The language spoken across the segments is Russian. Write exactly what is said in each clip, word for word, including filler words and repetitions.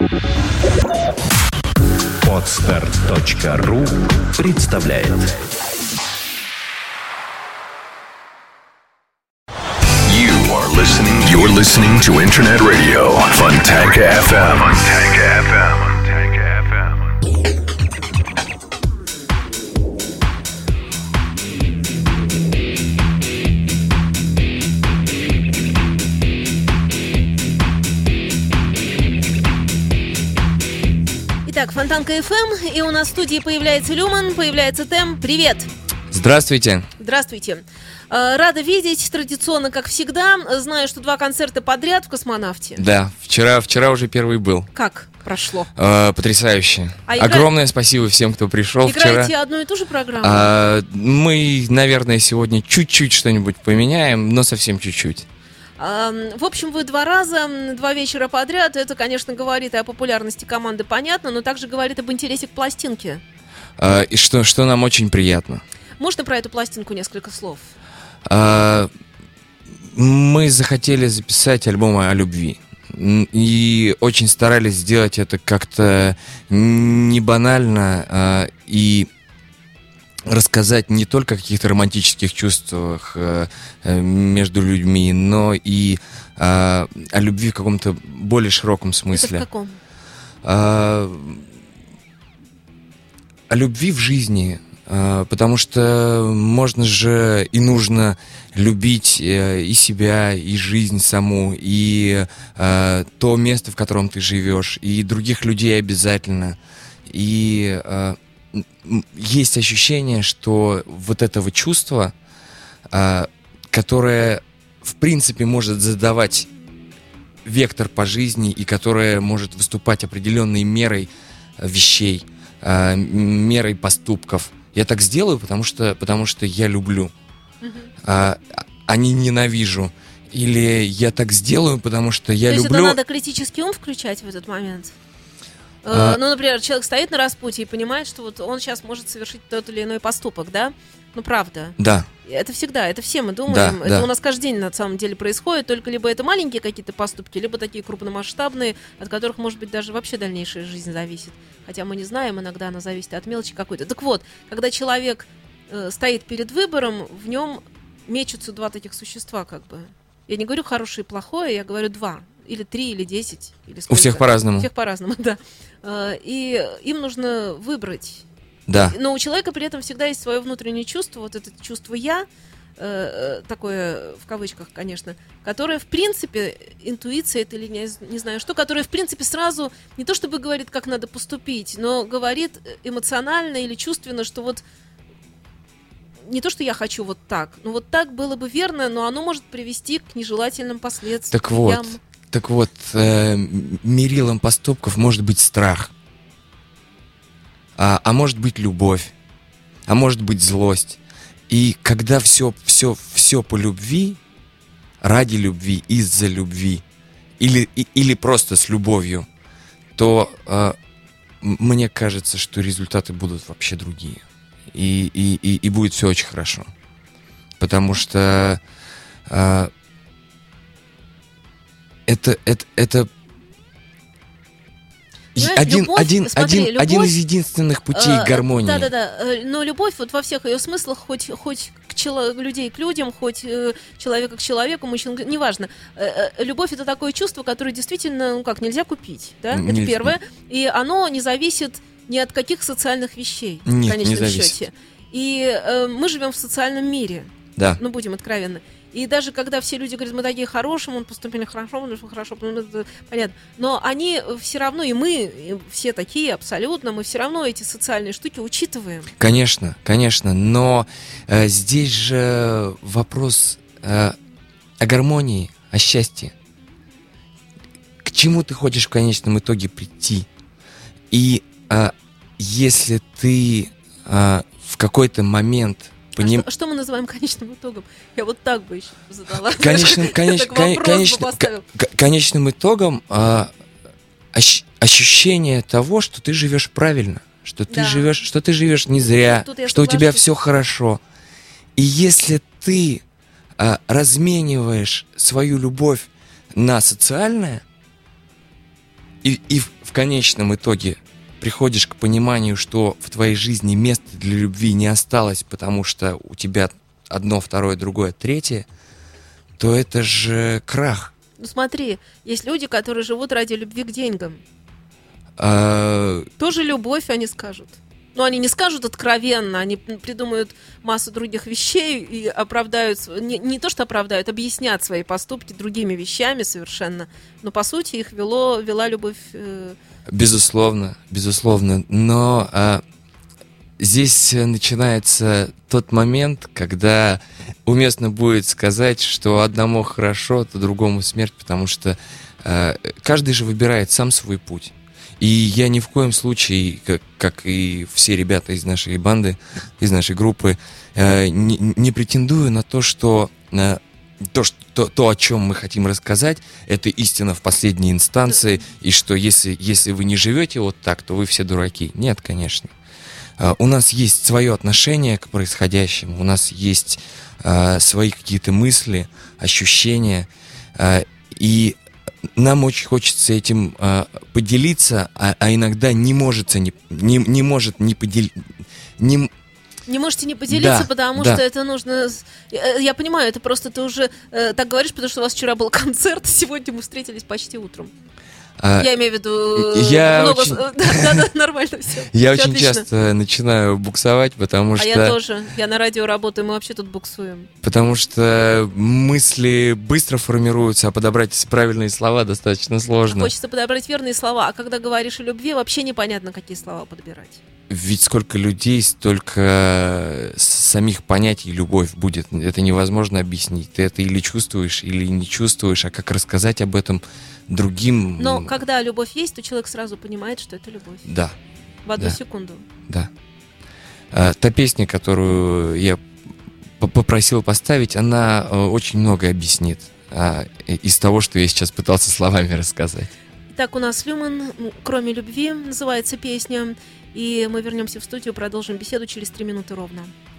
Подстер точка ру представляет. You are listening. You're listening to Internet Radio Fontanka эф эм. Fontanka эф эм. Fontanka эф эм. Итак, Фонтанка эф эм, и у нас в студии появляется Люман, появляется Тем. Привет! Здравствуйте. Здравствуйте. Рада видеть, традиционно, как всегда. Знаю, что два концерта подряд в «Космонавте». Да, вчера, вчера уже первый был. Как прошло? Э, потрясающе. А игра... Огромное спасибо всем, кто пришел Играете вчера. одну и ту же программу? А, мы, наверное, сегодня чуть-чуть что-нибудь поменяем, но совсем чуть-чуть. В общем, вы два раза, два вечера подряд. Это, конечно, говорит и о популярности команды, понятно, но также говорит об интересе к пластинке. А, и что, что нам очень приятно. Можно про эту пластинку несколько слов? А, мы захотели записать альбом о любви. И очень старались сделать это как-то не банально а, и рассказать не только о каких-то романтических чувствах э, между людьми, но и э, о любви в каком-то более широком смысле. Это в каком? Э, о любви в жизни, э, потому что можно же и нужно любить э, и себя, и жизнь саму, и э, то место, в котором ты живешь, и других людей обязательно. И э, есть ощущение, что вот этого чувства, а, которое, в принципе, может задавать вектор по жизни и которое может выступать определенной мерой вещей, а, мерой поступков. Я так сделаю, потому что, потому что я люблю, mm-hmm. а, а не ненавижу. Или я так сделаю, потому что я То люблю... То есть это надо критический ум включать в этот момент? Uh, ну, например, человек стоит на распутье и понимает, что вот он сейчас может совершить тот или иной поступок, да? Ну, правда. Да. Это всегда, это все мы думаем. Да, это да. у нас каждый день на самом деле происходит, только либо это маленькие какие-то поступки, либо такие крупномасштабные, от которых, может быть, даже вообще дальнейшая жизнь зависит. Хотя мы не знаем, иногда она зависит от мелочи какой-то. Так вот, когда человек э, стоит перед выбором, в нем мечутся два таких существа, как бы. Я не говорю хорошее и плохое, я говорю два. Или три, или десять, или сколько. У всех по-разному. У всех по-разному, да. И им нужно выбрать. Да. Но у человека при этом всегда есть свое внутреннее чувство, вот это чувство «я», такое в кавычках, конечно, которое, в принципе, интуиция это или не, не знаю что, которое, в принципе, сразу не то чтобы говорит, как надо поступить, но говорит эмоционально или чувственно, что вот не то, что я хочу вот так, но вот так было бы верно, но оно может привести к нежелательным последствиям. Так вот. Так вот, э, мерилом поступков может быть страх, а, а может быть любовь, а может быть злость. И когда все, все, все по любви, ради любви, из-за любви, или, и, или просто с любовью, то э, мне кажется, что результаты будут вообще другие. И, и, и, и будет все очень хорошо. Потому что... Э, Это, это, это Знаешь, один, любовь, один, смотри, один, любовь, один из единственных путей э, к гармонии. Да-да-да, но любовь вот во всех ее смыслах, хоть, хоть к чело- людей к людям, хоть э, человека к человеку, мужчин, неважно. Э, э, любовь — это такое чувство, которое действительно, ну как, нельзя купить, да? Нельзя. Это первое. И оно не зависит ни от каких социальных вещей, Нет, в конечном не зависит. счете. И э, мы живем в социальном мире. Да. Ну, будем откровенны. И даже когда все люди говорят, мы такие хорошие, мы поступили хорошо, мы хорошо, это понятно. Но они все равно, и мы, и все такие абсолютно, мы все равно эти социальные штуки учитываем. Конечно, конечно. Но э, здесь же вопрос э, о гармонии, о счастье. К чему ты хочешь в конечном итоге прийти? И э, если ты э, в какой-то момент... Поним... А что, что мы называем конечным итогом? Я вот так бы еще задала. Конечным, конеч, кон, конечно, к, конечным итогом а, ощ, ощущение того, что ты живешь правильно, что ты да. живешь, что ты живешь не зря, что у тебя все хорошо. И если ты а, размениваешь свою любовь на социальное, и, и в конечном итоге приходишь к пониманию, что в твоей жизни места для любви не осталось, потому что у тебя одно, второе, другое, третье, то это же крах. Ну смотри, есть люди, которые живут ради любви к деньгам. А... Тоже любовь, они скажут. Но они не скажут откровенно, они придумают массу других вещей и оправдают, не, не то что оправдают, объяснят свои поступки другими вещами совершенно. Но по сути их вело, вела любовь. Э... Безусловно, безусловно. Но а, здесь начинается тот момент, когда уместно будет сказать, что одному хорошо, то другому смерть, потому что а, каждый же выбирает сам свой путь. И я ни в коем случае, как, как и все ребята из нашей банды, из нашей группы, э, не, не претендую на то, что, э, то, что то, о чем мы хотим рассказать, это истина в последней инстанции, и что если, если вы не живете вот так, то вы все дураки. Нет, конечно. Э, у нас есть свое отношение к происходящему, у нас есть э, свои какие-то мысли, ощущения, э, и нам очень хочется этим э, поделиться, а, а иногда не может не, не, не может не поделиться. Не... не можете не поделиться, да, потому да. что это нужно... Я понимаю, это просто ты уже э, так говоришь, потому что у вас вчера был концерт, сегодня мы встретились почти утром. А, я имею в виду я много... Очень... Да, да, нормально все. Я все очень отлично. часто начинаю буксовать, потому а что... А я тоже. Я на радио работаю, мы вообще тут буксуем. Потому что мысли быстро формируются, а подобрать правильные слова достаточно сложно. А хочется подобрать верные слова, а когда говоришь о любви, вообще непонятно, какие слова подбирать. Ведь сколько людей, столько самих понятий любовь будет. Это невозможно объяснить. Ты это или чувствуешь, или не чувствуешь, а как рассказать об этом другим... Но когда любовь есть, то человек сразу понимает, что это любовь. Да. В одну да. секунду. Да. А, та песня, которую я попросил поставить, она очень многое объяснит а, из того, что я сейчас пытался словами рассказать. Итак, у нас «Люмен», «Кроме любви» называется песня. И мы вернемся в студию, продолжим беседу через три минуты ровно.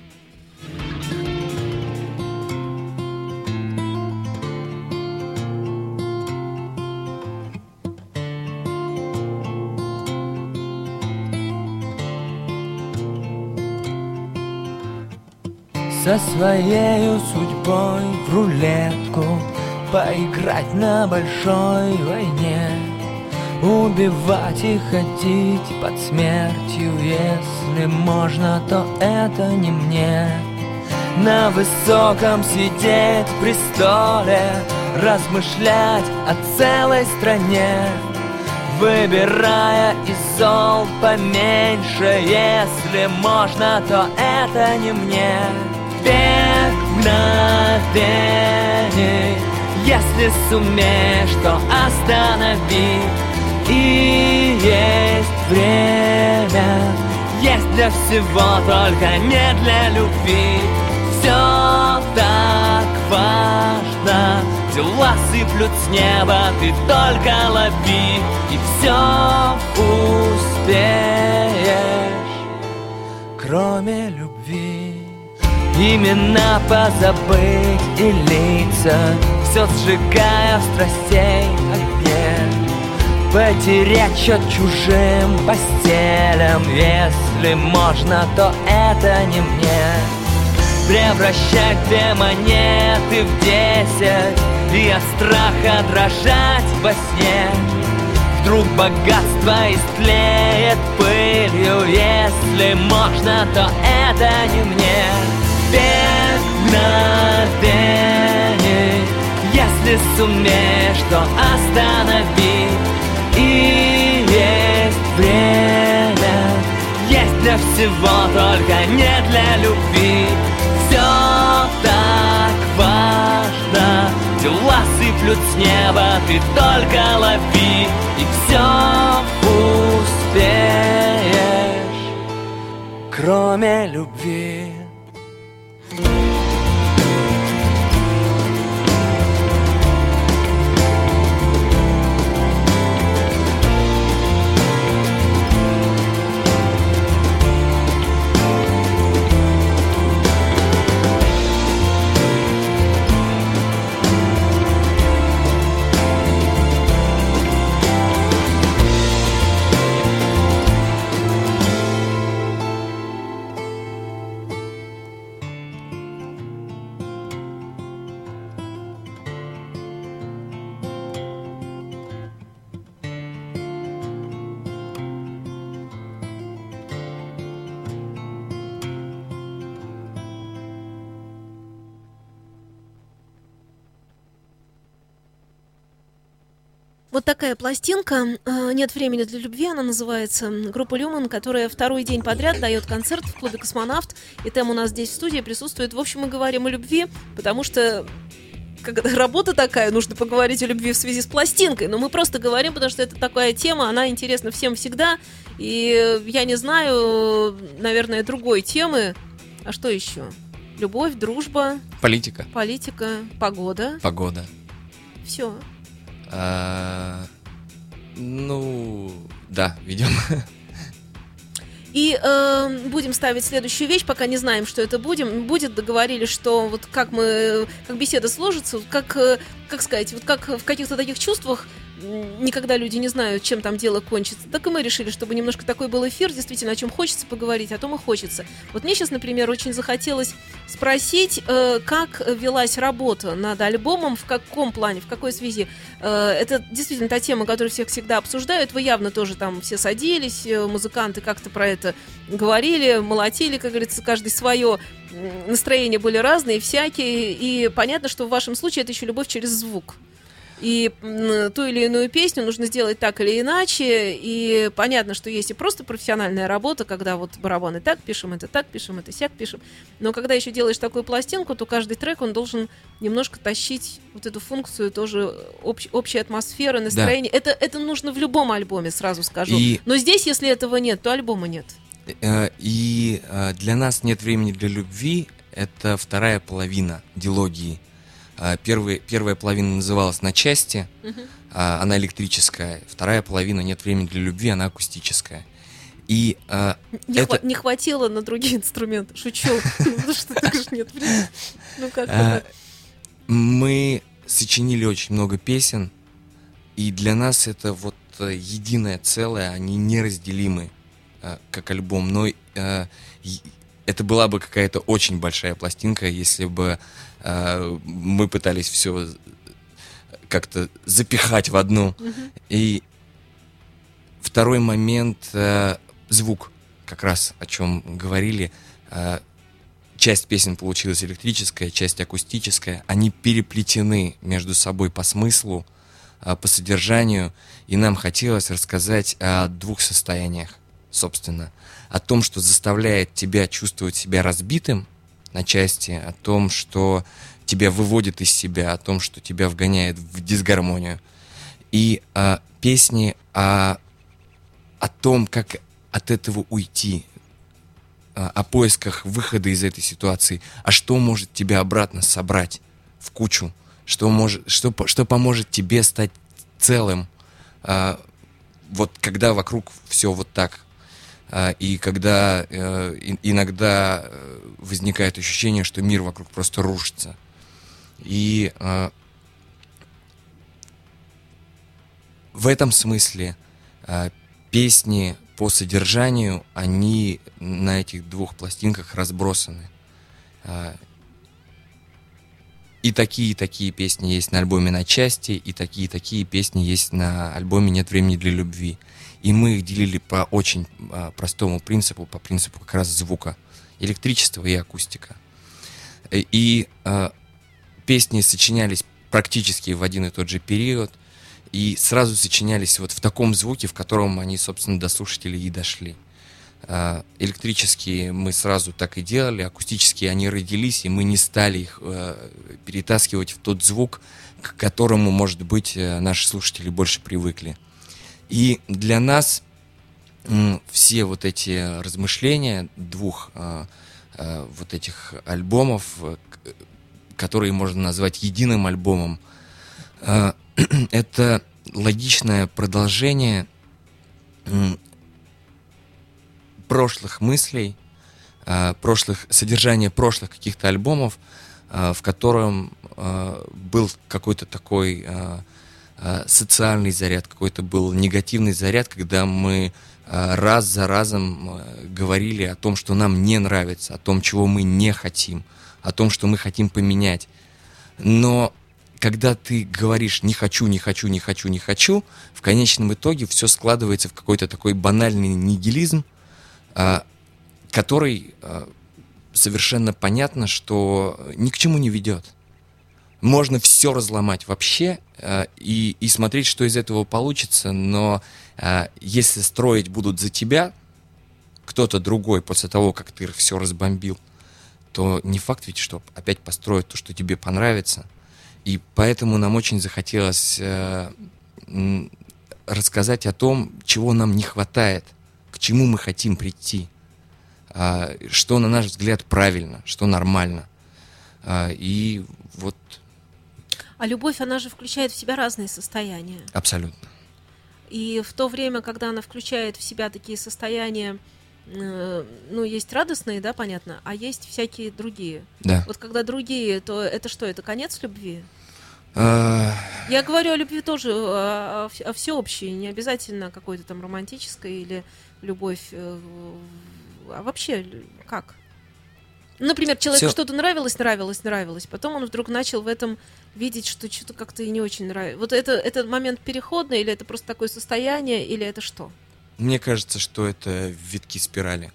Со своею судьбой в рулетку поиграть на большой войне, убивать и ходить под смертью, если можно, то это не мне. На высоком сидеть престоле, размышлять о целой стране, выбирая из зол поменьше, если можно, то это не мне. Бег мгновений, если сумеешь, то останови. И есть время, есть для всего, только не для любви. Все так важно, дела сыплют с неба, ты только лови, и все успеешь, кроме любви. Имена позабыть и лица, все сжигая в страстей огне, потерять счет чужим постелям, если можно, то это не мне. Превращать две монеты в десять и от страха дрожать во сне. Вдруг богатство истлеет пылью, если можно, то это не мне. Бег мгновений, если сумеешь, то останови. И есть время, есть для всего, только не для любви. Все так важно, дела сыплют с неба, ты только лови, и все успеешь, кроме любви. Вот такая пластинка «Нет времени для любви», она называется. Группа «Люмен», которая второй день подряд дает концерт в клубе «Космонавт». И Тэм у нас здесь в студии присутствует. В общем, мы говорим о любви, потому что когда работа такая, нужно поговорить о любви в связи с пластинкой. Но мы просто говорим, потому что это такая тема, она интересна всем всегда. И я не знаю, наверное, другой темы. А что еще? Любовь, дружба. Политика. Политика, погода. Погода. Все. А, ну, да, видимо. И э, будем ставить следующую вещь, пока не знаем, что это будем. Будет, договорились, что вот как мы, как беседа сложится, как, как сказать, вот как в каких-то таких чувствах никогда люди не знают, чем там дело кончится. Так и мы решили, чтобы немножко такой был эфир, действительно, о чем хочется поговорить, о том и хочется. Вот мне сейчас, например, очень захотелось спросить, э, как велась работа над альбомом, в каком плане, в какой связи. Э, это действительно та тема, которую всех всегда обсуждают. Вы явно тоже там все садились, музыканты как-то про это говорили, молотили, как говорится, каждый свое. Настроения были разные, всякие. И понятно, что в вашем случае это еще любовь через звук. И ту или иную песню нужно сделать так или иначе. И понятно, что есть и просто профессиональная работа, когда вот барабаны так пишем, это так пишем, это сяк пишем. Но когда еще делаешь такую пластинку, то каждый трек, он должен немножко тащить вот эту функцию тоже общ, общей атмосферы, настроения. Да. Это, это нужно в любом альбоме, сразу скажу. И... Но здесь, если этого нет, то альбома нет. И для нас «Нет времени для любви» — это вторая половина дилогии. Первый, первая половина называлась «На части», uh-huh. она электрическая. Вторая половина «Нет времени для любви», она акустическая. И, а, не, это... хва- не хватило на другие инструменты. Шучу. Ну что, так же нет времени. Ну как мы сочинили очень много песен, и для нас это вот единое целое, они неразделимы, как альбом. Но это была бы какая-то очень большая пластинка, если бы мы пытались все как-то запихать в одну. Uh-huh. И второй момент э, звук, как раз о чем говорили. Э, часть песен получилась электрическая, часть акустическая. Они переплетены между собой по смыслу, э, по содержанию. И нам хотелось рассказать о двух состояниях, собственно. О том, что заставляет тебя чувствовать себя разбитым на части, о том, что тебя выводит из себя, о том, что тебя вгоняет в дисгармонию. И а, песни о, о том, как от этого уйти, а, о поисках выхода из этой ситуации, а что может тебя обратно собрать в кучу, что, может, что, что поможет тебе стать целым, а, вот когда вокруг все вот так. И когда э, иногда возникает ощущение, что мир вокруг просто рушится. И э, в этом смысле э, песни по содержанию, они на этих двух пластинках разбросаны. Э, и такие и такие песни есть на альбоме «На части», и такие и такие песни есть на альбоме «Нет времени для любви». И мы их делили по очень а, простому принципу, по принципу как раз звука, электричества и акустика. И а, песни сочинялись практически в один и тот же период, и сразу сочинялись вот в таком звуке, в котором они, собственно, до слушателей и дошли. А, электрические мы сразу так и делали, акустические они родились, и мы не стали их а, перетаскивать в тот звук, к которому, может быть, наши слушатели больше привыкли. И для нас м, все вот эти размышления двух э, э, вот этих альбомов, э, которые можно назвать единым альбомом, э, это логичное продолжение э, прошлых мыслей, э, прошлых, содержания прошлых каких-то альбомов, э, в котором э, был какой-то такой... Э, социальный заряд, какой-то был негативный заряд, когда мы раз за разом говорили о том, что нам не нравится, о том, чего мы не хотим, о том, что мы хотим поменять. Но когда ты говоришь «не хочу, не хочу, не хочу, не хочу», в конечном итоге все складывается в какой-то такой банальный нигилизм, который совершенно понятно, что ни к чему не ведет. можно все разломать вообще э, и, и смотреть, что из этого получится, но э, если строить будут за тебя кто-то другой после того, как ты все разбомбил, то не факт ведь, что опять построят то, что тебе понравится. И поэтому нам очень захотелось э, м, рассказать о том, чего нам не хватает, к чему мы хотим прийти, э, что, на наш взгляд, правильно, что нормально. Э, и вот... А любовь, она же включает в себя разные состояния. Абсолютно. И в то время, когда она включает в себя такие состояния, э, ну, есть радостные, да, понятно, а есть всякие другие. Да. Вот когда другие, то это что, это конец любви? А... Я говорю о любви тоже, о, о, о всеобщей, не обязательно какой-то там романтической или любовь, э, а вообще как? Например, человеку Всё... что-то нравилось, нравилось, нравилось, потом он вдруг начал в этом видеть, что что-то как-то и не очень нравится. Вот это, это момент переходный, или это просто такое состояние, или это что? Мне кажется, что это витки спирали.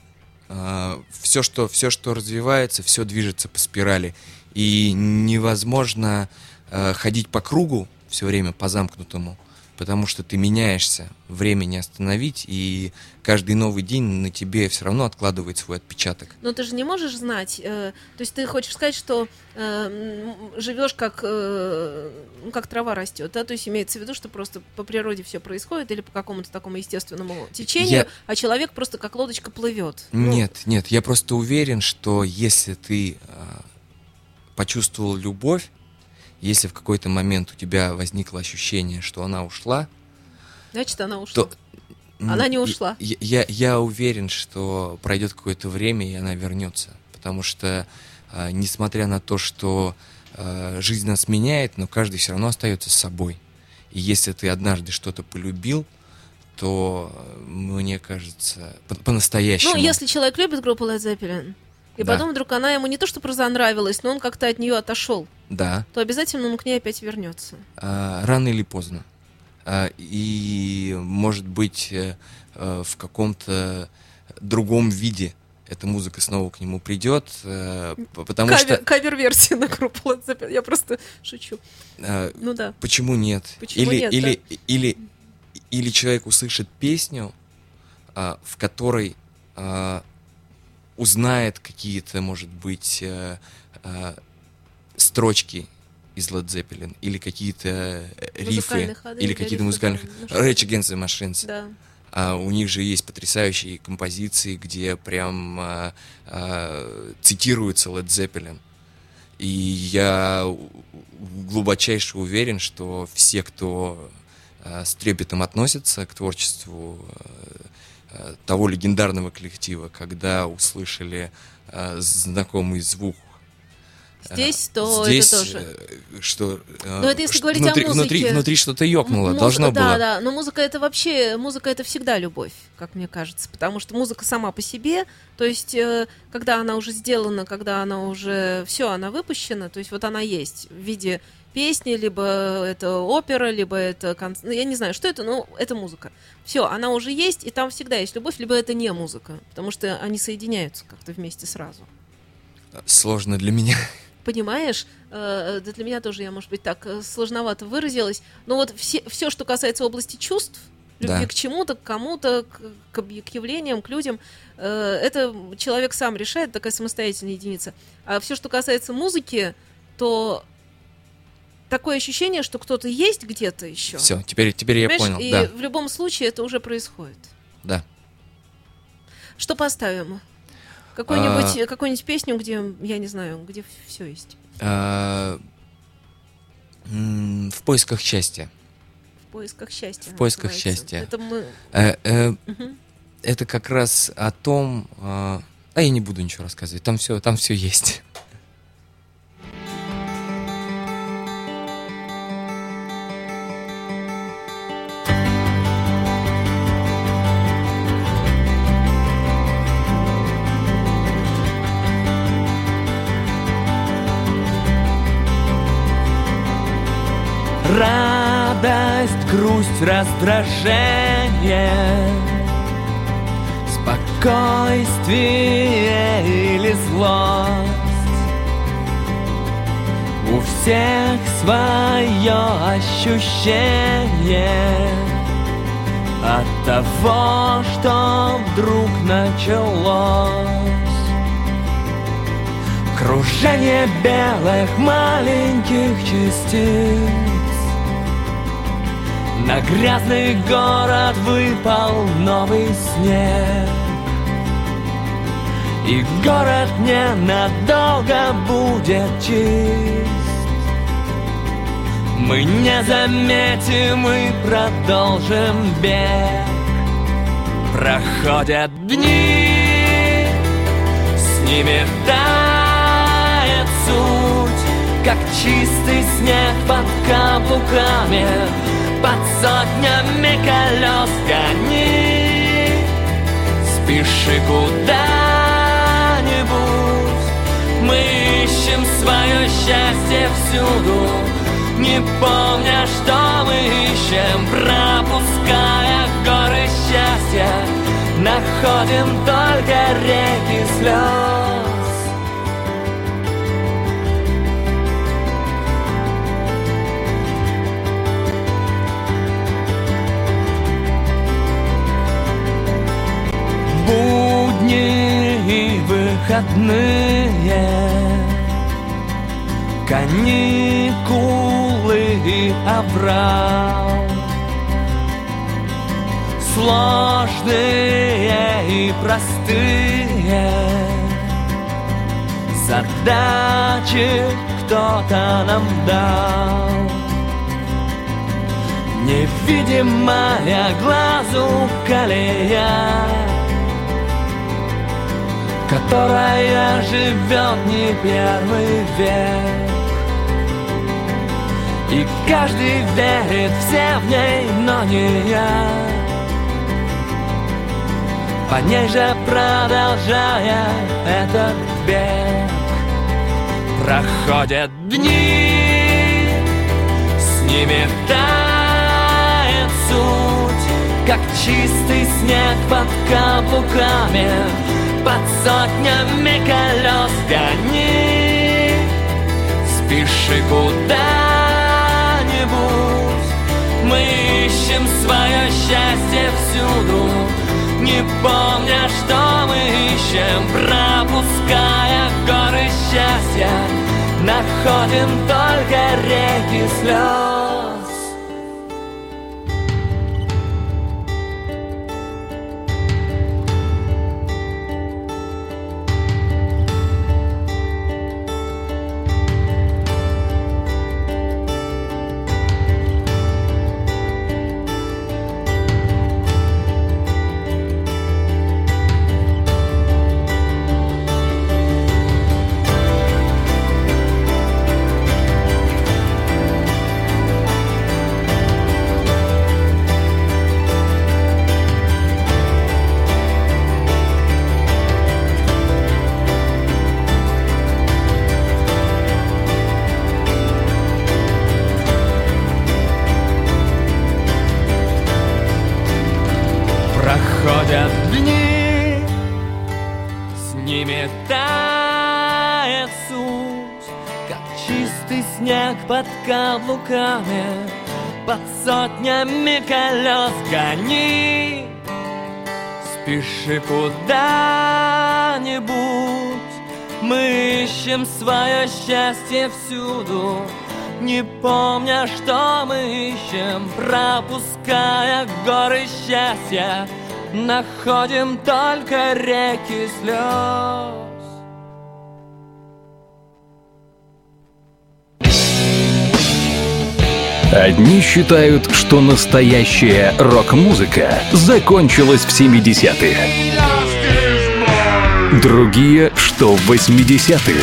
А, все, что, все, что развивается, все движется по спирали. И невозможно а, ходить по кругу все время, по замкнутому, потому что ты меняешься, время не остановить, и каждый новый день на тебе все равно откладывает свой отпечаток. Но ты же не можешь знать, э, то есть ты хочешь сказать, что э, живешь как, э, как трава растет, да, то есть имеется в виду, что просто по природе все происходит или по какому-то такому естественному течению, Я... а человек просто как лодочка плывет. Ну... Нет, нет, я просто уверен, что если ты э, почувствовал любовь, если в какой-то момент у тебя возникло ощущение, что она ушла, значит, она ушла. То, она не ушла. Я, я, я уверен, что пройдет какое-то время, и она вернется. Потому что, э, несмотря на то, что э, жизнь нас меняет, но каждый все равно остается с собой. И если ты однажды что-то полюбил, то, мне кажется, по- по-настоящему... Ну, если человек любит группу Led Zeppelin, и Да. потом вдруг она ему не то что разонравилась, но он как-то от нее отошел, Да. то обязательно он к ней опять вернется. А, рано или поздно. А, и, может быть, э, э, в каком-то другом виде эта музыка снова к нему придет, э, п- потому Кавер, что... кавер-версия на группу Led Zeppelin, я просто шучу. э, Ну да. Почему нет? Почему или, нет, или, или, или человек услышит песню, а, в которой а, узнает какие-то, может быть, а, а, строчки из Led Zeppelin, или какие-то рифы, Музыкальные ходы, или или какие-то рифы, музыкальные... да, ну что- Rage Against the Machines. Да. А у них же есть потрясающие композиции, где прям а, а, цитируется Led Zeppelin. И я глубочайше уверен, что все, кто а, с трепетом относится к творчеству а, того легендарного коллектива, когда услышали а, знакомый звук, Здесь, то здесь, это тоже. э, что, э, Но это если ш- говорить внутри, о музыке. внутри, внутри что-то ёкнуло, Музыка- должно да, было. Да, но музыка это вообще, музыка это всегда любовь, как мне кажется, потому что музыка сама по себе, то есть, э, когда она уже сделана, когда она уже, все, она выпущена, то есть вот она есть в виде песни, либо это опера, либо это, кон... ну, я не знаю, что это, но это музыка. Все, она уже есть, и там всегда есть любовь, либо это не музыка, потому что они соединяются как-то вместе сразу. Сложно для меня. Понимаешь, э, да для меня тоже я, может быть, так э, сложновато выразилась, но вот все, все, что касается области чувств, любви Да. к чему-то, к кому-то, к, к объ- к явлениям, к людям, э, это человек сам решает, такая самостоятельная единица. А все, что касается музыки, то такое ощущение, что кто-то есть где-то еще. Все, теперь, теперь я Понимаешь? понял. И Да, в любом случае это уже происходит. да. Что поставим? Какую-нибудь, А. какую-нибудь песню, где, я не знаю, где все есть. А, м, В поисках счастья. В поисках счастья. В поисках называется. счастья. Это мы... Э, э, Мгм. Это как раз о том. А а я не буду ничего рассказывать. Там все, там все есть. Радость, грусть, раздражение, спокойствие или злость. У всех свое ощущение от того, что вдруг началось. Кружение белых маленьких частиц. На грязный город выпал новый снег, и город ненадолго будет чист. Мы не заметим и продолжим бег. Проходят дни, с ними тает суть, как чистый снег под каблуками, под сотнями колес гони. Спеши куда-нибудь, мы ищем свое счастье всюду, не помня, что мы ищем, пропуская горы счастья, находим только реки слез. Будни и выходные, каникулы и аврал, сложные и простые задачи кто-то нам дал. Невидимая глазу колея, которая живет не первый век. И каждый верит, все в ней, но не я. По ней же продолжая этот бег. Проходят дни, с ними тает суть, как чистый снег под каблуками, под сотнями колес гони. Спеши куда-нибудь, мы ищем свое счастье всюду, не помня, что мы ищем, пропуская горы счастья, находим только реки слез. Проходят дни, с ними тает суть, как чистый снег под каблуками, под сотнями колес гони. Спеши куда-нибудь, мы ищем свое счастье всюду, не помня, что мы ищем, пропуская горы счастья, находим только реки слез. Одни считают, что настоящая рок-музыка закончилась в семидесятые. Другие, что в восьмидесятые.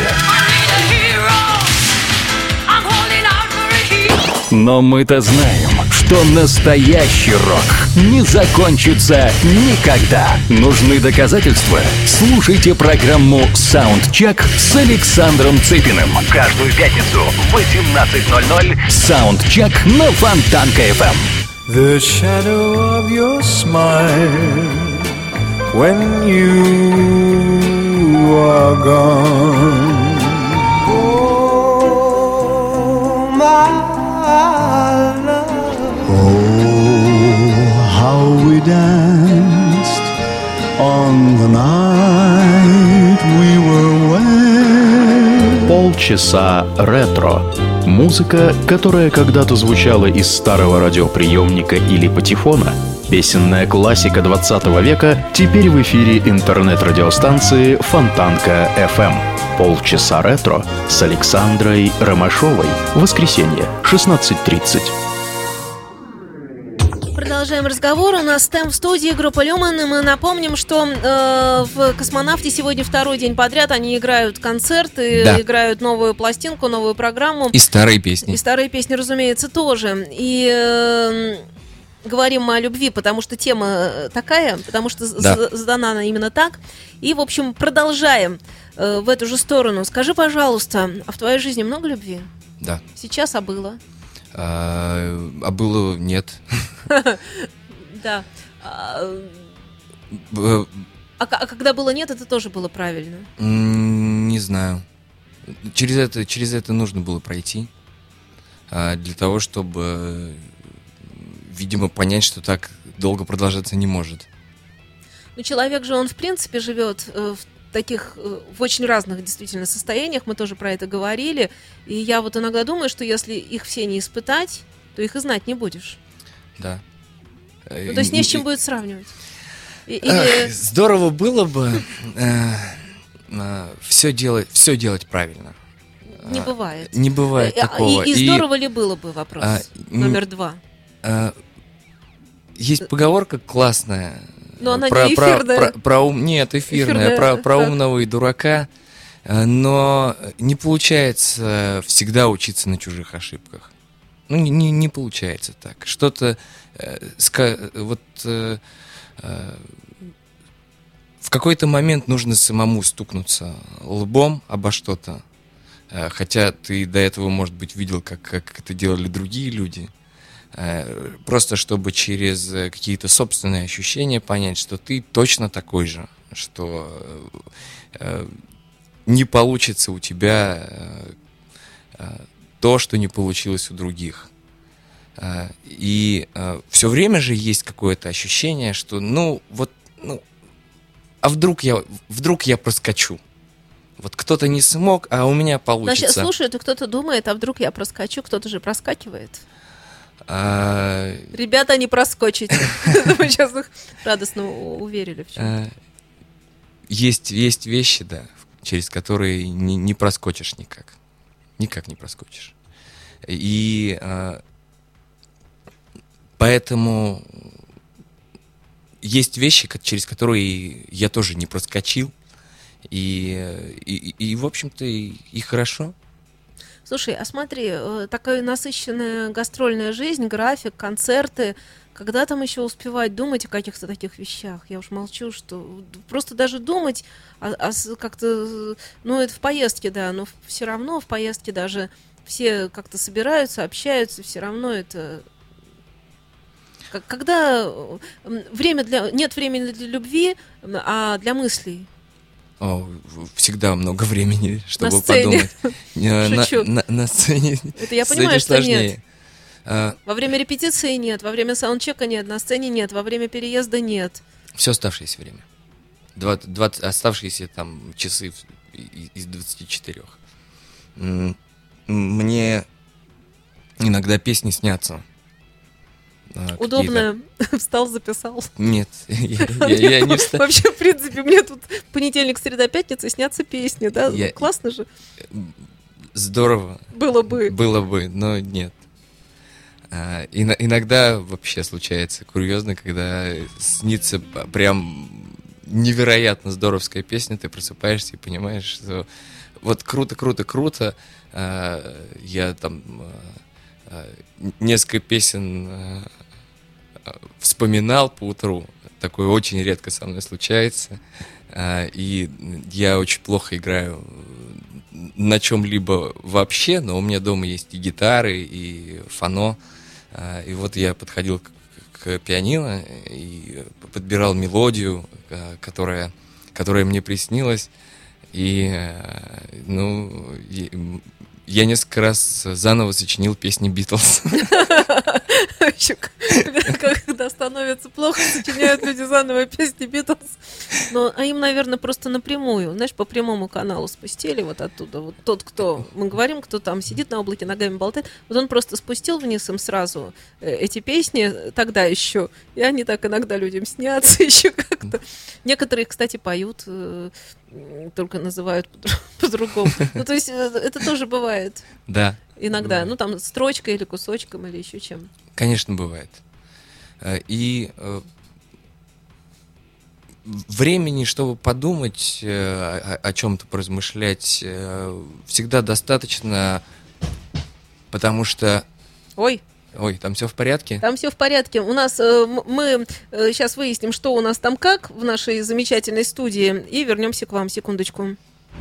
Но мы-то знаем, что настоящий рок не закончится никогда. Нужны доказательства? Слушайте программу «Саундчек» с Александром Цыпиным. Каждую пятницу в восемнадцать ноль ноль «Саундчек» на Фонтанка эф эм. The shadow of your smile when you are gone. danced on the night we were wed. Полчаса ретро. Музыка, которая когда-то звучала из старого радиоприемника или патефона. Песенная классика двадцатого века теперь в эфире интернет-радиостанции Фонтанка эф эм. Полчаса ретро с Александрой Ромашовой. Воскресенье, шестнадцать тридцать. Продолжаем разговор. У нас Стэм в студии, группа Люман. И мы напомним, что э, в «Космонавте» сегодня второй день подряд они играют концерты, да. играют новую пластинку, новую программу. И старые песни. И старые песни, разумеется, тоже. И э, говорим мы о любви, потому что тема такая, потому что да. задана она именно так. И, в общем, продолжаем э, в эту же сторону. Скажи, пожалуйста, а в твоей жизни много любви? Да. Сейчас, а было? А, а было нет. Да. А когда было нет, это тоже было правильно? Не знаю. Через это, через это нужно было пройти. Для того, чтобы, видимо, понять, что так долго продолжаться не может. Ну, человек же, он, в принципе, живет в таких, в очень разных действительно состояниях, мы тоже про это говорили, и я вот иногда думаю, что если их все не испытать, то их и знать не будешь. Да. Ну, то есть не с чем будет сравнивать. Или... Ах, здорово было бы э, э, все делать, все делать правильно. Не бывает. Не бывает и, такого. И, и здорово и, ли было бы, вопрос а, номер два. А, есть поговорка классная. Но она про, не эфирная. Про, про, про ум... Нет, эфирная. эфирная. Про, про умного и дурака. Но не получается всегда учиться на чужих ошибках. Ну, не, не получается так. Что-то... Э, ска... Вот... Э, э, в какой-то момент нужно самому стукнуться лбом обо что-то. Э, хотя ты до этого, может быть, видел, как, как это делали другие люди. Просто чтобы через какие-то собственные ощущения понять, что ты точно такой же, что не получится у тебя то, что не получилось у других. И все время же есть какое-то ощущение, что ну вот, ну, а вдруг я, вдруг я проскочу. Вот кто-то не смог, а у меня получится. Значит, слушай, это кто-то думает, а вдруг я проскочу, кто-то же проскакивает. А... Ребята, не проскочите. Мы сейчас их радостно уверили в чем-то. Есть, есть вещи, да, через которые не, не проскочишь никак. Никак не проскочишь. И а, поэтому есть вещи, через которые я тоже не проскочил. И, и, и в общем-то, и, и хорошо. Слушай, а смотри, такая насыщенная гастрольная жизнь, график, концерты, когда там еще успевать думать о каких-то таких вещах? Я уж молчу, что просто даже думать, а, а как-то, ну это в поездке, да, но все равно в поездке даже все как-то собираются, общаются, все равно это... Когда время для... нет времени для любви, а для мыслей. О, всегда много времени, чтобы на сцене. подумать. Шучу. На, на, на сцене. Это я понимаю, что сложнее. Нет. А... Во время репетиции нет, во время саундчека нет, на сцене нет, во время переезда нет. Все оставшееся время. двадцать, двадцать, оставшиеся там часы из двадцати четырёх. Мне иногда песни снятся. Удобно. Встал, записал. Нет, я, я, я не встал. Вообще, в принципе, мне тут понедельник, среда, пятница снятся песни, да? Я... Классно же. Здорово. Было бы. Было бы, но нет. А, и, иногда вообще случается курьезно, когда снится прям невероятно здоровская песня, ты просыпаешься и понимаешь, что вот круто, круто, круто. А, я там... несколько песен вспоминал поутру. Такое очень редко со мной случается. И я очень плохо играю на чем-либо вообще, но у меня дома есть и гитары, и фано. И вот я подходил к, к пианино и подбирал мелодию, которая, которая мне приснилась. И, ну, я несколько раз заново сочинил песни Битлз. Когда становится плохо, сочиняют люди заново песни Битлз. Ну, а им, наверное, просто напрямую, знаешь, по прямому каналу спустили вот оттуда. Вот тот, кто, мы говорим, кто там сидит на облаке, ногами болтает, вот он просто спустил вниз им сразу эти песни тогда еще, и они так иногда людям снятся еще как-то. Некоторые, кстати, поют, только называют по-другому. Ну, то есть это тоже бывает. Да. Иногда, ну там строчкой или кусочком или еще чем. Конечно, бывает. И времени, чтобы подумать о, о чем-то, поразмышлять, всегда достаточно, потому что... Ой. Ой, там все в порядке? Там все в порядке. У нас э, мы э, сейчас выясним, что у нас там как в нашей замечательной студии, и вернемся к вам. Секундочку.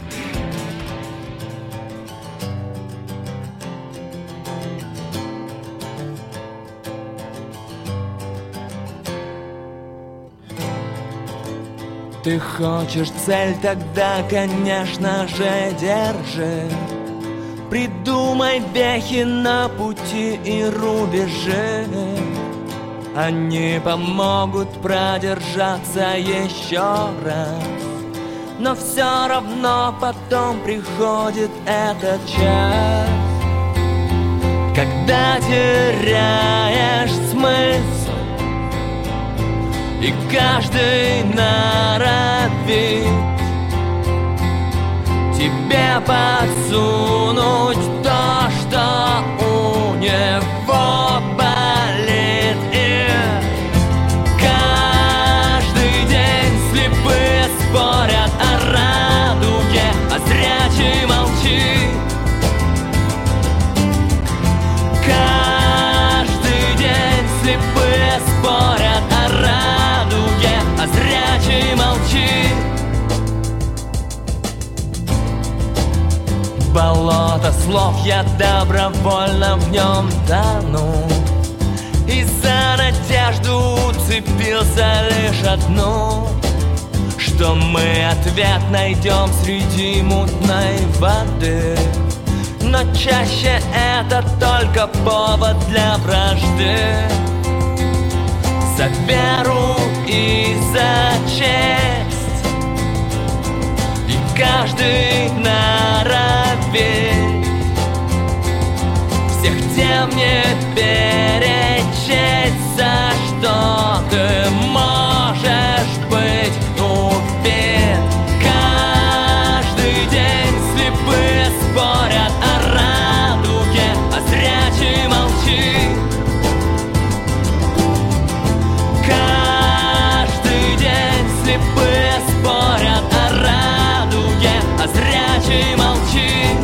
Ты хочешь цель, тогда, конечно же, держи. Придумай вехи на пути и рубежи. Они помогут продержаться еще раз. Но все равно потом приходит этот час, когда теряешь смысл, и каждый норовит тебе подсунуть то, что у него болит. И каждый день слепые спорят о радуге, а зрячий молчит. Каждый день слепые спорят о радуге, а зрячий молчит. Болото слов, я добровольно в нем тону, и за надежду уцепился лишь одну, что мы ответ найдем среди мутной воды. Но чаще это только повод для вражды. За веру и за честь, и каждый норовит всех тем не перечесть, за что ты можешь быть убит. Каждый день слепые спорят о радуге, а зрячий молчит. Каждый день слепые спорят о радуге, а зрячий молчит.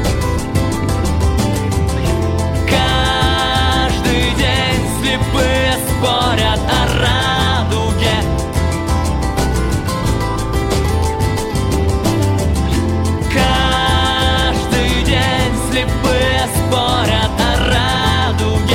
Каждый день слепые спорят о радуге. Каждый день слепые спорят о радуге.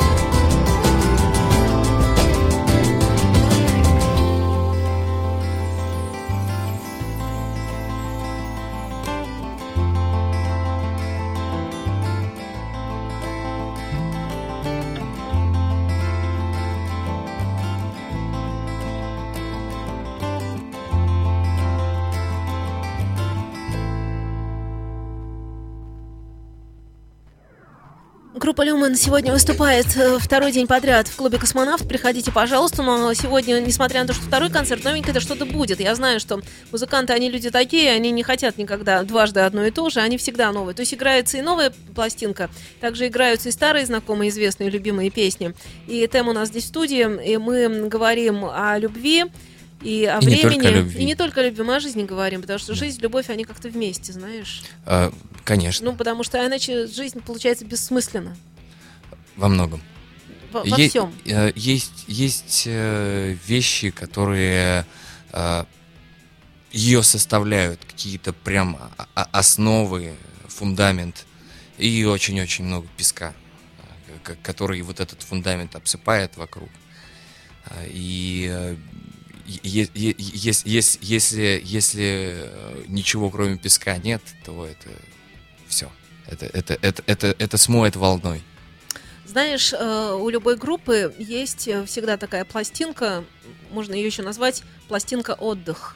Группа «Люмен» сегодня выступает второй день подряд в клубе «Космонавт». Приходите, пожалуйста. Но сегодня, несмотря на то, что второй концерт, новенькое-то что-то будет. Я знаю, что музыканты, они люди такие, они не хотят никогда дважды одно и то же, они всегда новые. То есть играется и новая пластинка, также играются и старые знакомые, известные, любимые песни. И Тэм у нас здесь в студии, и мы говорим о любви, и о и времени, не только любви. И не только любви, мы о жизни говорим, потому что жизнь, любовь, они как-то вместе, знаешь. А, конечно. Ну, потому что иначе жизнь получается бессмысленна. Во многом. Во, во Е- всем. э, Есть, есть э, вещи, которые э, ее составляют, какие-то прям о- основы, фундамент, и очень-очень много песка, э, который вот этот фундамент обсыпает вокруг. Э, И э, е- е- е- если, если, если ничего кроме песка нет, то это все. Это, это, это, это, это смоет волной. Знаешь, у любой группы есть всегда такая пластинка, можно ее еще назвать пластинка «Отдых».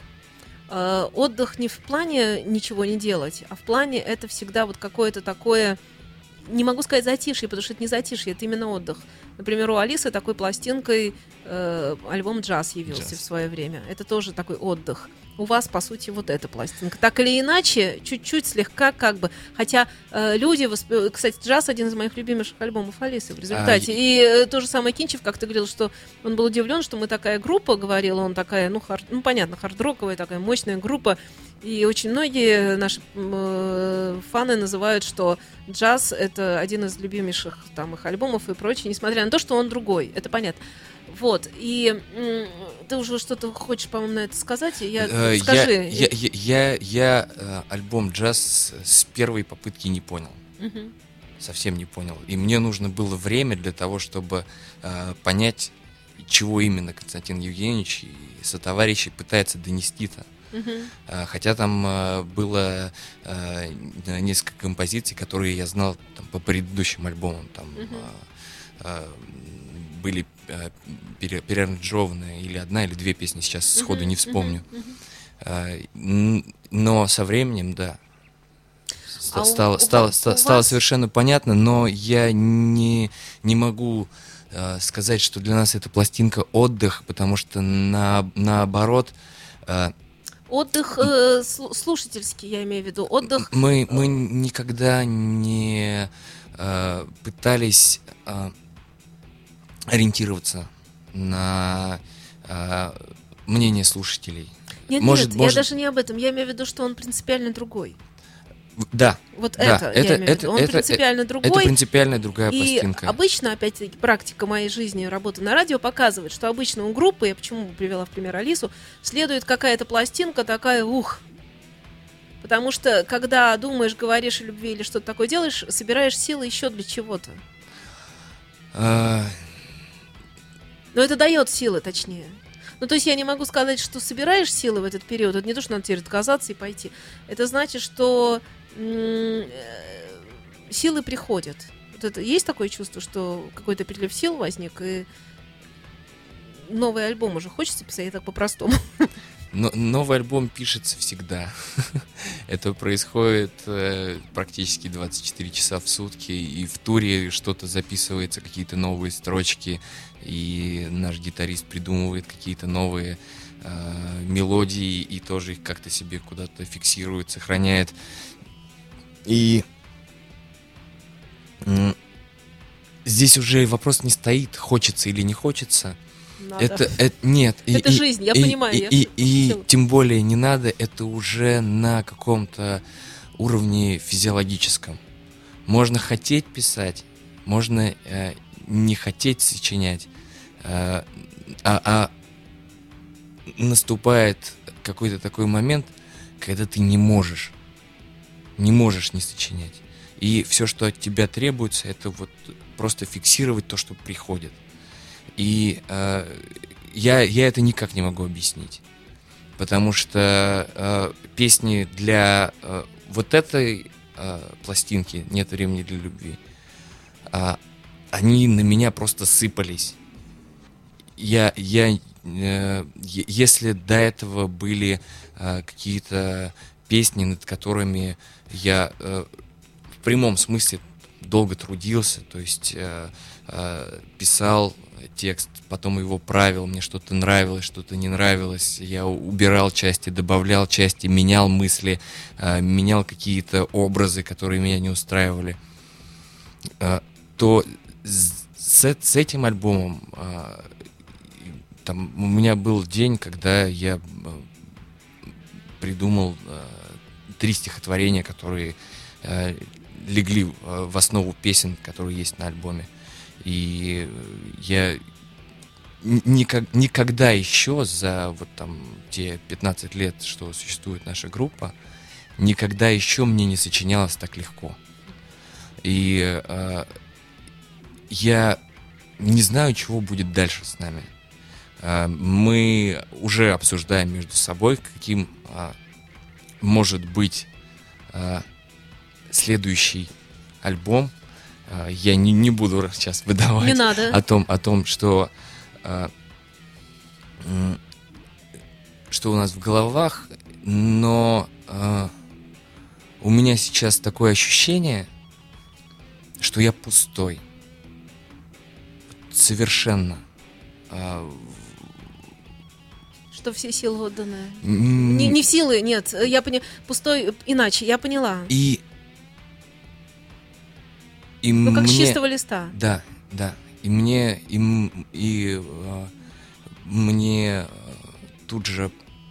Отдых не в плане ничего не делать, а в плане это всегда вот какое-то такое, не могу сказать затишье, потому что это не затишье, это именно отдых. Например, у Алисы такой пластинкой э, альбом «Джаз» явился Джаз. в свое время. Это тоже такой отдых. У вас, по сути, вот эта пластинка. Так или иначе, чуть-чуть, слегка как бы. Хотя э, люди... Восп... Кстати, «Джаз» — один из моих любимейших альбомов Алисы в результате. А, и э, то же самое Кинчев, как ты говорил, что он был удивлен, что мы такая группа, говорил он, такая, ну, хард... ну понятно, хард-роковая, такая мощная группа. И очень многие наши э, фаны называют, что «Джаз» — это один из любимейших там их альбомов и прочее, несмотря на то, что он другой. Это понятно. Вот, и м, ты уже что-то хочешь, по-моему, на это сказать? Я, Э, скажи. Я, я, я, я, я э, альбом «Джаз» с первой попытки не понял. Мгм. Совсем не понял. И мне нужно было время для того, чтобы э, понять, чего именно Константин Евгеньевич и сотоварищи пытаются донести-то. Мгм. Э, Хотя там э, было э, несколько композиций, которые я знал там, по предыдущим альбомам. Там Мгм. э, э, были э, пере- переаранжированы или одна, или две песни, сейчас сходу Мгм. не вспомню. Мгм. Мгм. Э, н- Но со временем, да, ст- А у- стало, у стало, вас- ста- у стало вас- совершенно понятно, но я не, не могу э, сказать, что для нас это пластинка «Отдых», потому что на, наоборот, э, Отдых э, слу- слушательский, я имею в виду. Отдых. мы, мы никогда не э, пытались э, ориентироваться на э, мнение слушателей. Нет, может- нет, может- я даже не об этом. Я имею в виду, что он принципиально другой. В- Да, Вот да, это, это, я имею в это, виду. Он это, принципиально это другой. принципиально другая И пластинка. обычно, опять-таки, практика моей жизни, работы на радио показывает, что обычно у группы, я почему привела в пример Алису, следует какая-то пластинка такая, ух. Потому что, когда думаешь, говоришь о любви или что-то такое делаешь, собираешь силы еще для чего-то. А, Но это дает силы, точнее. Ну, то есть я не могу сказать, что собираешь силы в этот период. Это не то, что надо теперь отказаться и пойти. Это значит, что м, э, силы приходят. Вот это, есть такое чувство, что какой-то прилив сил возник, и новый альбом уже хочется писать, я так по-простому. но- новый альбом пишется всегда. Это происходит э, практически двадцать четыре часа в сутки, и в туре что-то записывается, какие-то новые строчки, и наш гитарист придумывает какие-то новые э, мелодии, и тоже их как-то себе куда-то фиксирует, сохраняет. И м, здесь уже вопрос не стоит, хочется или не хочется. Надо. Это, это нет. и- Это и- жизнь, я и- понимаю, И, я и- и шутила. тем более не надо, это уже на каком-то уровне физиологическом. Можно хотеть писать, можно э, не хотеть сочинять, э, а, а наступает какой-то такой момент, когда ты не можешь, не можешь не сочинять. И все, что от тебя требуется, это вот просто фиксировать то, что приходит. И э, я, я это никак не могу объяснить. Потому что э, песни для э, вот этой э, пластинки «Нет времени для любви», э, они на меня просто сыпались. Я, я, э, е- если до этого были э, какие-то песни, над которыми я э, в прямом смысле долго трудился, то есть э, э, писал текст, потом его правил, мне что-то нравилось, что-то не нравилось, я убирал части, добавлял части, менял мысли, э, менял какие-то образы, которые меня не устраивали, э, то с, с этим альбомом э, там у меня был день, когда я э, придумал э, три стихотворения, которые э, легли э, в основу песен, которые есть на альбоме. И я никак, никогда еще за вот там те пятнадцать лет, что существует наша группа, никогда еще мне не сочинялось так легко. И э, я не знаю, чего будет дальше с нами. Э, мы уже обсуждаем между собой, каким э, может быть э, следующий альбом. Я не, не буду сейчас выдавать не надо. О, том, о том, что, что у нас в головах, но у меня сейчас такое ощущение, что я пустой. Совершенно. Что все силы отданы. Mm. Не, не в силы, нет. Я поняла. Пустой, иначе, я поняла. И... и ну, как мне... с чистого листа. Да, да. И мне... И, и э, мне тут же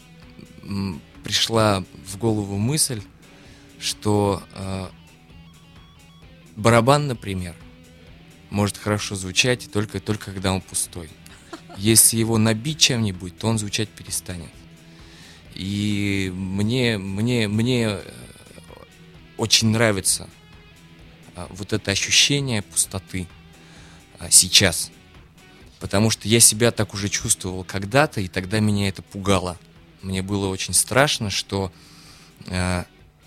пришла в голову мысль, что э, барабан, например, может хорошо звучать только, только когда он пустой. Если его набить чем-нибудь, то он звучать перестанет. И мне, мне, мне очень нравится вот это ощущение пустоты сейчас. Потому что я себя так уже чувствовал когда-то, и тогда меня это пугало. Мне было очень страшно, что э,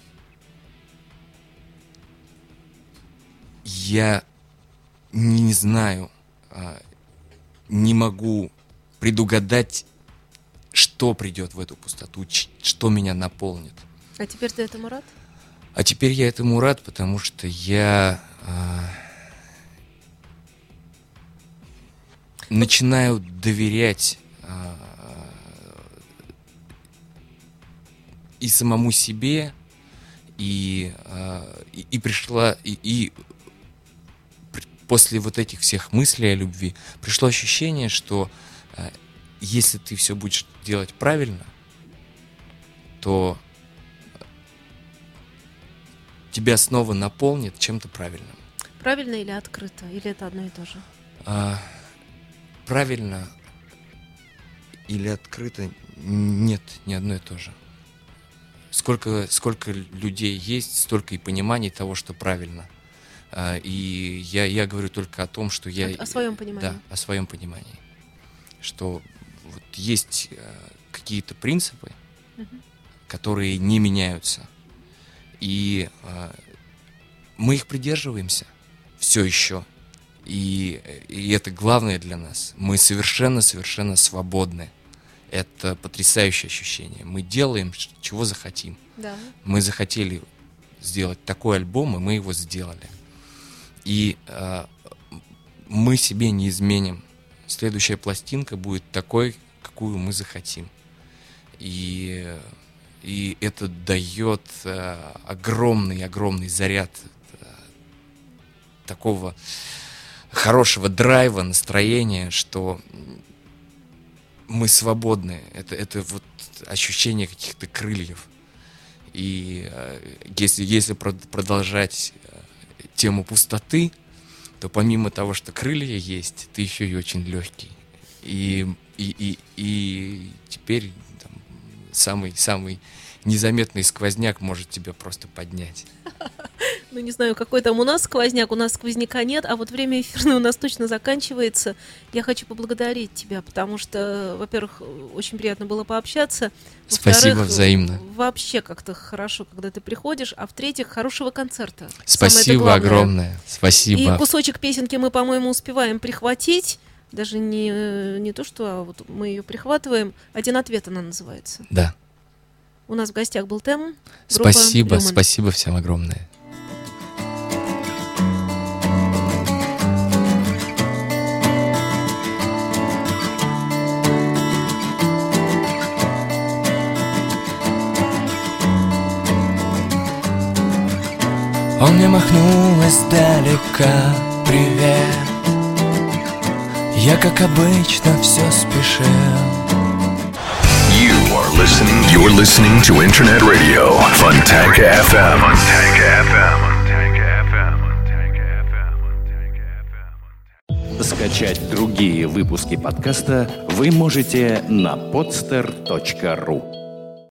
я не, не знаю, э, не могу предугадать, что придет в эту пустоту, ч- что меня наполнит. А теперь ты этому рад? А теперь я этому рад, потому что я э, начинаю доверять э, и самому себе, и, э, и, и пришла, и, и после вот этих всех мыслей о любви пришло ощущение, что э, если ты все будешь делать правильно, то тебя снова наполнит чем-то правильным. Правильно или открыто? Или это одно и то же? А, правильно или открыто? Нет, не одно и то же. Сколько, сколько людей есть, столько и пониманий того, что правильно. А, и я, я говорю только о том, что я... О, о своем понимании. Да, о своем понимании. Что вот есть а, какие-то принципы, угу. которые не меняются. И а, мы их придерживаемся все еще. И, и это главное для нас. Мы совершенно-совершенно свободны. Это потрясающее ощущение. Мы делаем, чего захотим. Да. Мы захотели сделать такой альбом, и мы его сделали. И э, мы себе не изменим. Следующая пластинка будет такой, какую мы захотим. И, и это дает э, огромный-огромный заряд э, такого хорошего драйва, настроения, что мы свободны. Это, это вот ощущение каких-то крыльев. И э, если, если продолжать э, тему пустоты, то помимо того, что крылья есть, ты еще и очень легкий. И, и, и, и теперь там, самый, самый незаметный сквозняк может тебя просто поднять. Ну, не знаю, какой там у нас сквозняк, у нас сквозняка нет, а вот время эфирное у нас точно заканчивается. Я хочу поблагодарить тебя, потому что, во-первых, очень приятно было пообщаться. Спасибо, взаимно. Вообще как-то хорошо, когда ты приходишь, а в-третьих, хорошего концерта. Спасибо огромное, спасибо. И кусочек песенки мы, по-моему, успеваем прихватить. Даже не, не то, что а вот мы ее прихватываем. «Один ответ» она называется. Да. У нас в гостях был Тем. Спасибо, Люман. Спасибо всем огромное. Он мне махнул издалека привет. Я, как обычно, все спешил. You are listening. You're listening to Internet Radio Fontanka эф эм. Fontanka эф эм. Скачать другие выпуски подкаста вы можете на podster точка ru.